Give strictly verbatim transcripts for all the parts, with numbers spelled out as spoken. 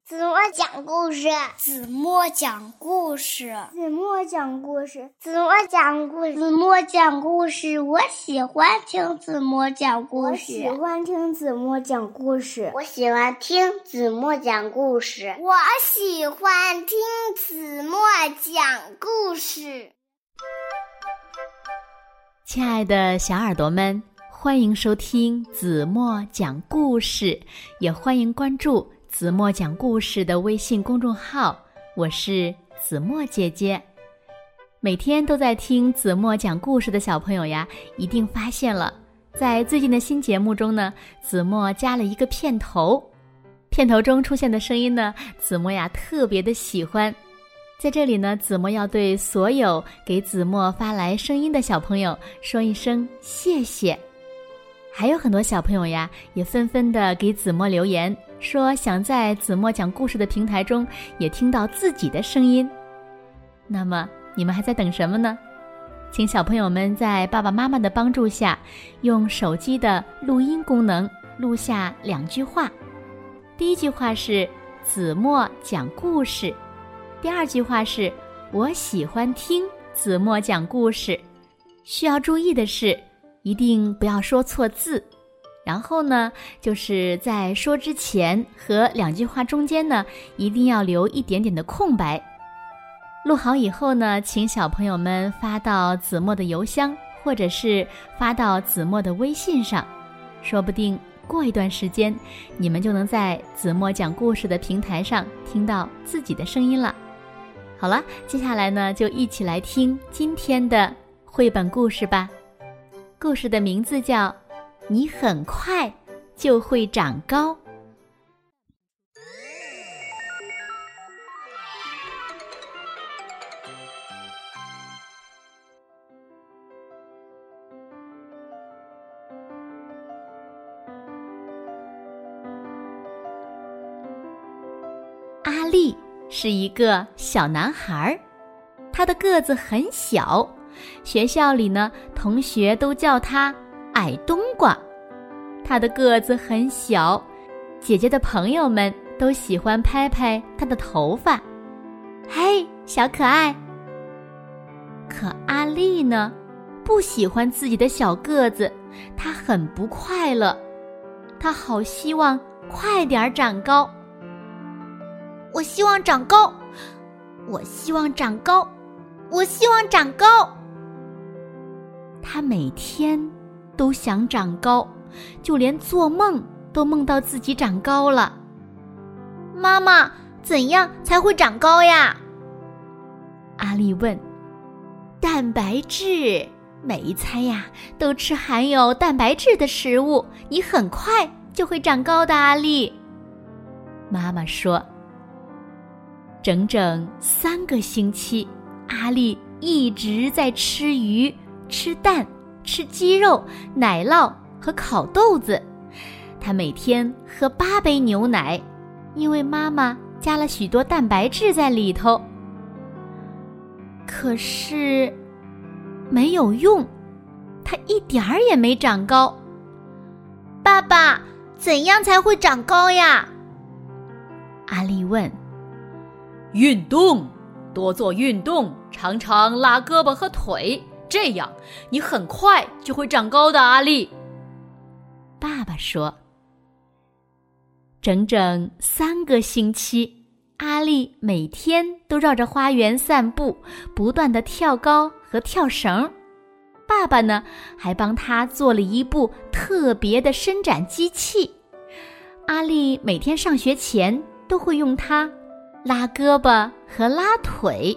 子墨讲故事， 子墨讲故事， 子墨讲故事，子墨讲故事，子墨讲故事。我喜欢听子墨讲故事， 我喜欢听子墨讲故事， 我喜欢听子墨讲故事， 我喜欢听子墨讲故事。 亲爱的小耳朵们，欢迎收听子墨讲故事，也欢迎关注子墨讲故事的微信公众号，我是子墨姐姐。每天都在听子墨讲故事的小朋友呀，一定发现了，在最近的新节目中呢，子墨加了一个片头，片头中出现的声音呢，子墨呀特别的喜欢。在这里呢，子墨要对所有给子墨发来声音的小朋友说一声谢谢。还有很多小朋友呀，也纷纷的给子墨留言，说想在子墨讲故事的平台中也听到自己的声音。那么你们还在等什么呢？请小朋友们在爸爸妈妈的帮助下，用手机的录音功能录下两句话。第一句话是子墨讲故事，第二句话是我喜欢听子墨讲故事。需要注意的是，一定不要说错字，然后呢，就是在说之前和两句话中间呢，一定要留一点点的空白。录好以后呢，请小朋友们发到子墨的邮箱，或者是发到子墨的微信上，说不定过一段时间，你们就能在子墨讲故事的平台上听到自己的声音了。好了，接下来呢，就一起来听今天的绘本故事吧。故事的名字叫《你很快就会长高》。阿力是一个小男孩，他的个子很小，学校里呢，同学都叫他矮冬瓜。他的个子很小，姐姐的朋友们都喜欢拍拍他的头发。嘿，小可爱。可阿力呢，不喜欢自己的小个子，他很不快乐。他好希望快点长高。我希望长高，我希望长高，我希望长高。他每天都想长高，就连做梦都梦到自己长高了。妈妈，怎样才会长高呀？阿力问。蛋白质，每一餐呀都吃含有蛋白质的食物，你很快就会长高的，阿力。妈妈说。整整三个星期，阿力一直在吃鱼、吃蛋、吃鸡肉、奶酪和烤豆子。他每天喝八杯牛奶，因为妈妈加了许多蛋白质在里头。可是没有用，他一点儿也没长高。爸爸，怎样才会长高呀？阿力问。 运动，多做运动，常常拉胳膊和腿，这样你很快就会长高的，阿力。 爸爸说。整整三个星期，阿力每天都绕着花园散步，不断地跳高和跳绳。爸爸呢，还帮他做了一部特别的伸展机器。阿力每天上学前都会用它拉胳膊和拉腿。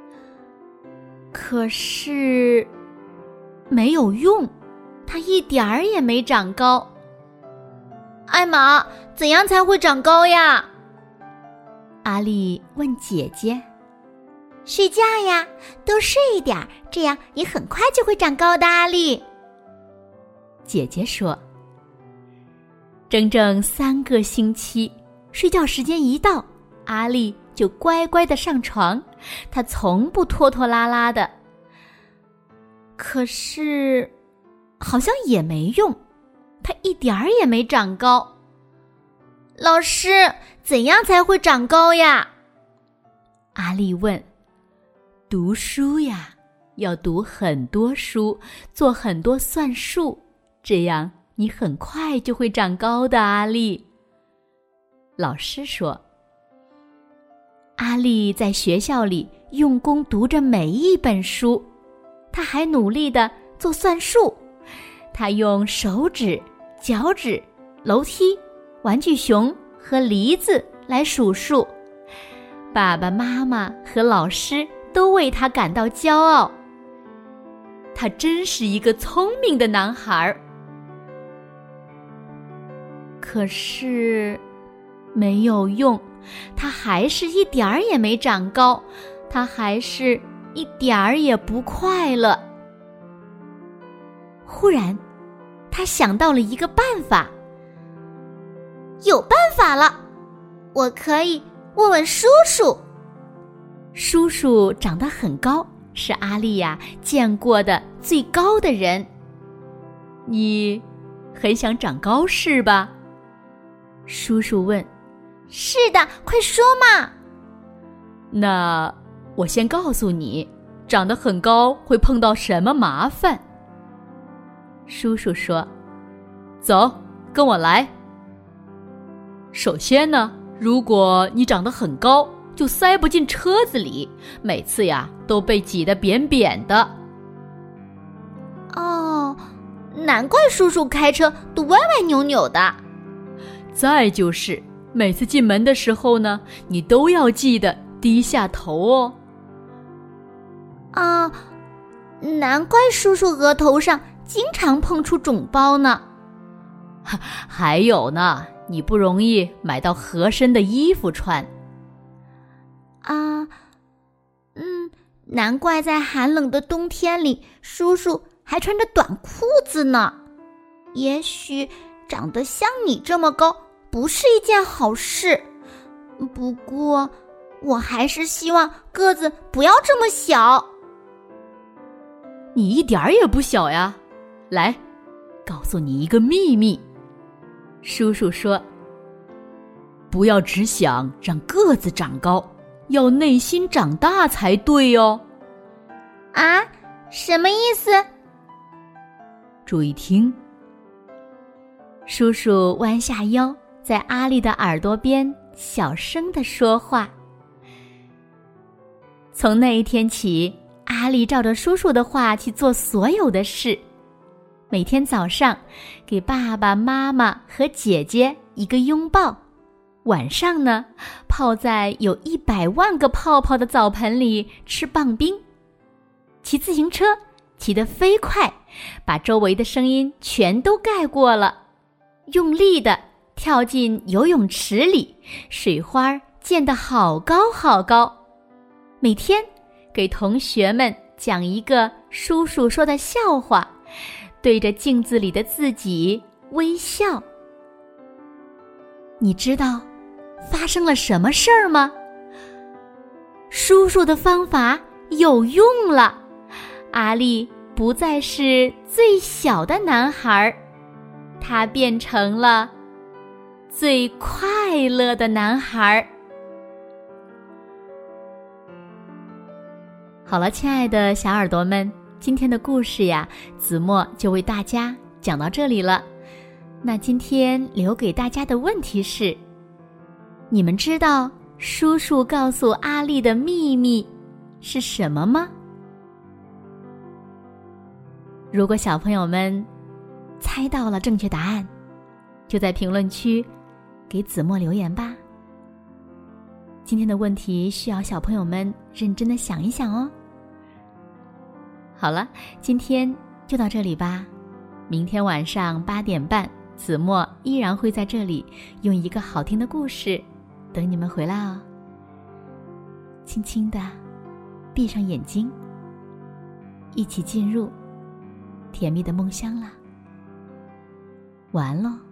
可是没有用，他一点儿也没长高。艾玛，怎样才会长高呀？阿力问姐姐。睡觉呀，多睡一点，这样你很快就会长高的，阿力。姐姐说。整整三个星期，睡觉时间一到，阿力就乖乖地上床，他从不拖拖拉拉的。可是好像也没用，他一点儿也没长高。老师， 怎样才会长高呀？阿丽问。读书呀，要读很多书，做很多算术，这样你很快就会长高的，阿丽。老师说。阿丽在学校里用功读着每一本书，她还努力地做算术。她用手指、脚趾、楼梯、玩具熊和梨子来数数。爸爸妈妈和老师都为他感到骄傲。他真是一个聪明的男孩。可是没有用，他还是一点儿也没长高，他还是一点儿也不快乐。忽然，他想到了一个办法。 有办法了，我可以问问叔叔。 叔叔长得很高，是阿丽呀见过的最高的人。你很想长高是吧？叔叔问。 是的，快说嘛。 那我先告诉你，长得很高会碰到什么麻烦。 叔叔说。 走，跟我来。首先呢，如果你长得很高，就塞不进车子里，每次呀都被挤得扁扁的。 哦，难怪叔叔开车都歪歪扭扭的。 再就是每次进门的时候呢，你都要记得低下头哦。 啊，难怪叔叔额头上经常碰出肿包呢。 还有呢，你不容易买到合身的衣服穿。 啊，嗯，难怪在寒冷的冬天里，叔叔还穿着短裤子呢。也许长得像你这么高不是一件好事，不过我还是希望个子不要这么小。 你一点儿也不小呀，来，告诉你一个秘密。叔叔说，不要只想让个子长高，要内心长大才对哦。 啊，什么意思？ 注意听。 叔叔弯下腰，在阿丽的耳朵边小声地说话。从那一天起，阿丽照着叔叔的话去做所有的事。每天早上给爸爸妈妈和姐姐一个拥抱，晚上呢，泡在有一百万个泡泡的澡盆里吃棒冰，骑自行车骑得飞快，把周围的声音全都盖过了，用力地跳进游泳池里，水花溅得好高好高。每天给同学们讲一个叔叔说的笑话，对着镜子里的自己微笑。你知道发生了什么事儿吗？叔叔的方法有用了，阿丽不再是最小的男孩，他变成了最快乐的男孩。好了，亲爱的小耳朵们，今天的故事呀，子墨就为大家讲到这里了。那今天留给大家的问题是，你们知道叔叔告诉阿丽的秘密是什么吗？如果小朋友们猜到了正确答案，就在评论区给子墨留言吧。今天的问题需要小朋友们认真的想一想哦。好了，今天就到这里吧。明天晚上八点半，子墨依然会在这里用一个好听的故事等你们回来哦。轻轻地闭上眼睛，一起进入甜蜜的梦乡啦。晚安喽。